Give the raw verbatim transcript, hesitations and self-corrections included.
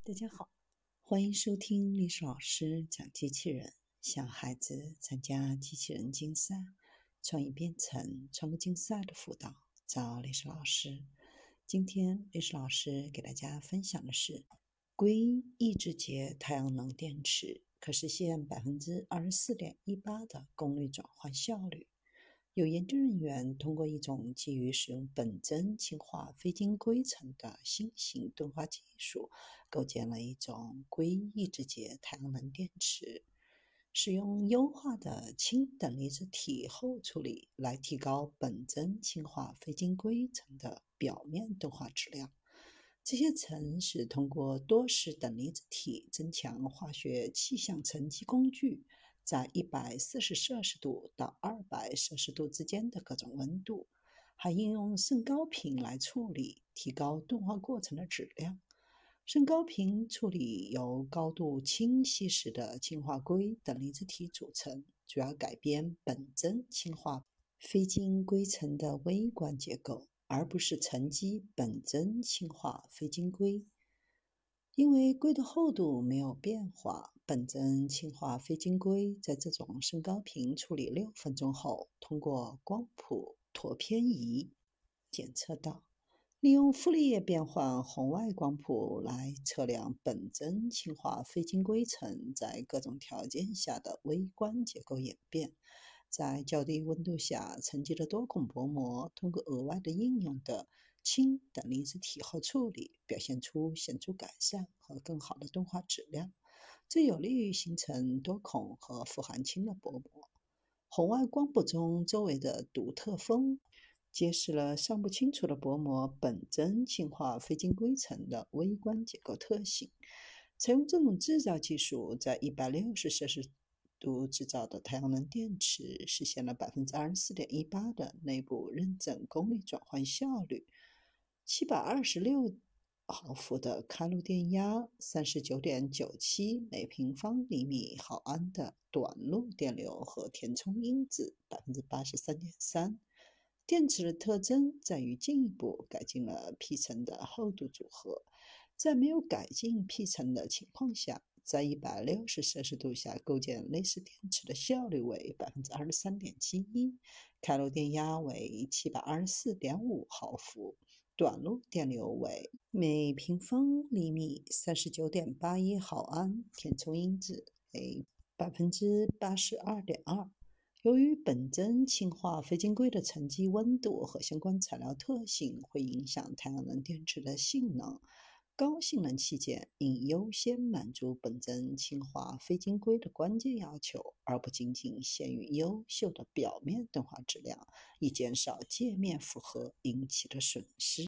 大家好，欢迎收听历史老师讲机器人，小孩子参加机器人竞赛、创意编程、创客竞赛的辅导，找历史老师。今天历史老师给大家分享的是硅抑制节太阳能电池可实现百分之二十四点一八的功率转换效率。有研究人员通过一种基于使用苯针氢化非晶硅层的新型钝化技术，构建了一种硅抑制节太阳能电池，使用优化的氢等离子体后处理来提高苯针氢化非晶硅层的表面钝化质量。这些层是通过多式等离子体增强化学气象沉积工具，在一百四十摄氏度到二百摄氏度之间的各种温度，还应用渗高频来处理，提高钝化过程的质量。渗高频处理由高度氢稀释的氢化硅等离子体组成，主要改变苯针氢化非晶硅层的微观结构，而不是沉积苯针氢化非晶硅。因为硅的厚度没有变化，苯针氢化非晶硅在这种渗高频处理六分钟后，通过光谱橐片仪检测到。利用傅立叶变换红外光谱来测量苯针氢化非晶硅层在各种条件下的微观结构演变。在较低温度下沉积的多孔薄膜，通过额外的应用的氢等离子体后处理，表现出显著改善和更好的钝化质量，这有利于形成多孔和富含氢的薄膜。红外光谱中周围的独特峰揭示了尚不清楚的薄膜苯针氢化非晶硅层的微观结构特性。采用这种制造技术，在一百六十摄氏度制造的太阳能电池实现了 百分之二十四点一八 的内部认证功率转换效率，七百二十六毫伏的开路电压， 三十九点九七每平方厘米毫安的短路电流和填充因子 百分之八十三点三。电池的特征在于进一步改进了 P 层的厚度组合，在没有改进 P 层的情况下，在一百六十摄氏度下构建类似电池的效率为 百分之二十三点七一， 开路电压为 七百二十四点五毫伏，短路电流为每平方厘米 三十九点八一毫安，填充因子为 百分之八十二点二。由于苯针氢化非晶硅的沉积温度和相关材料特性会影响太阳能电池的性能，高性能器件应优先满足苯针氢化非晶硅的关键要求，而不仅仅限于优秀的表面钝化质量，以减少界面负荷引起的损失。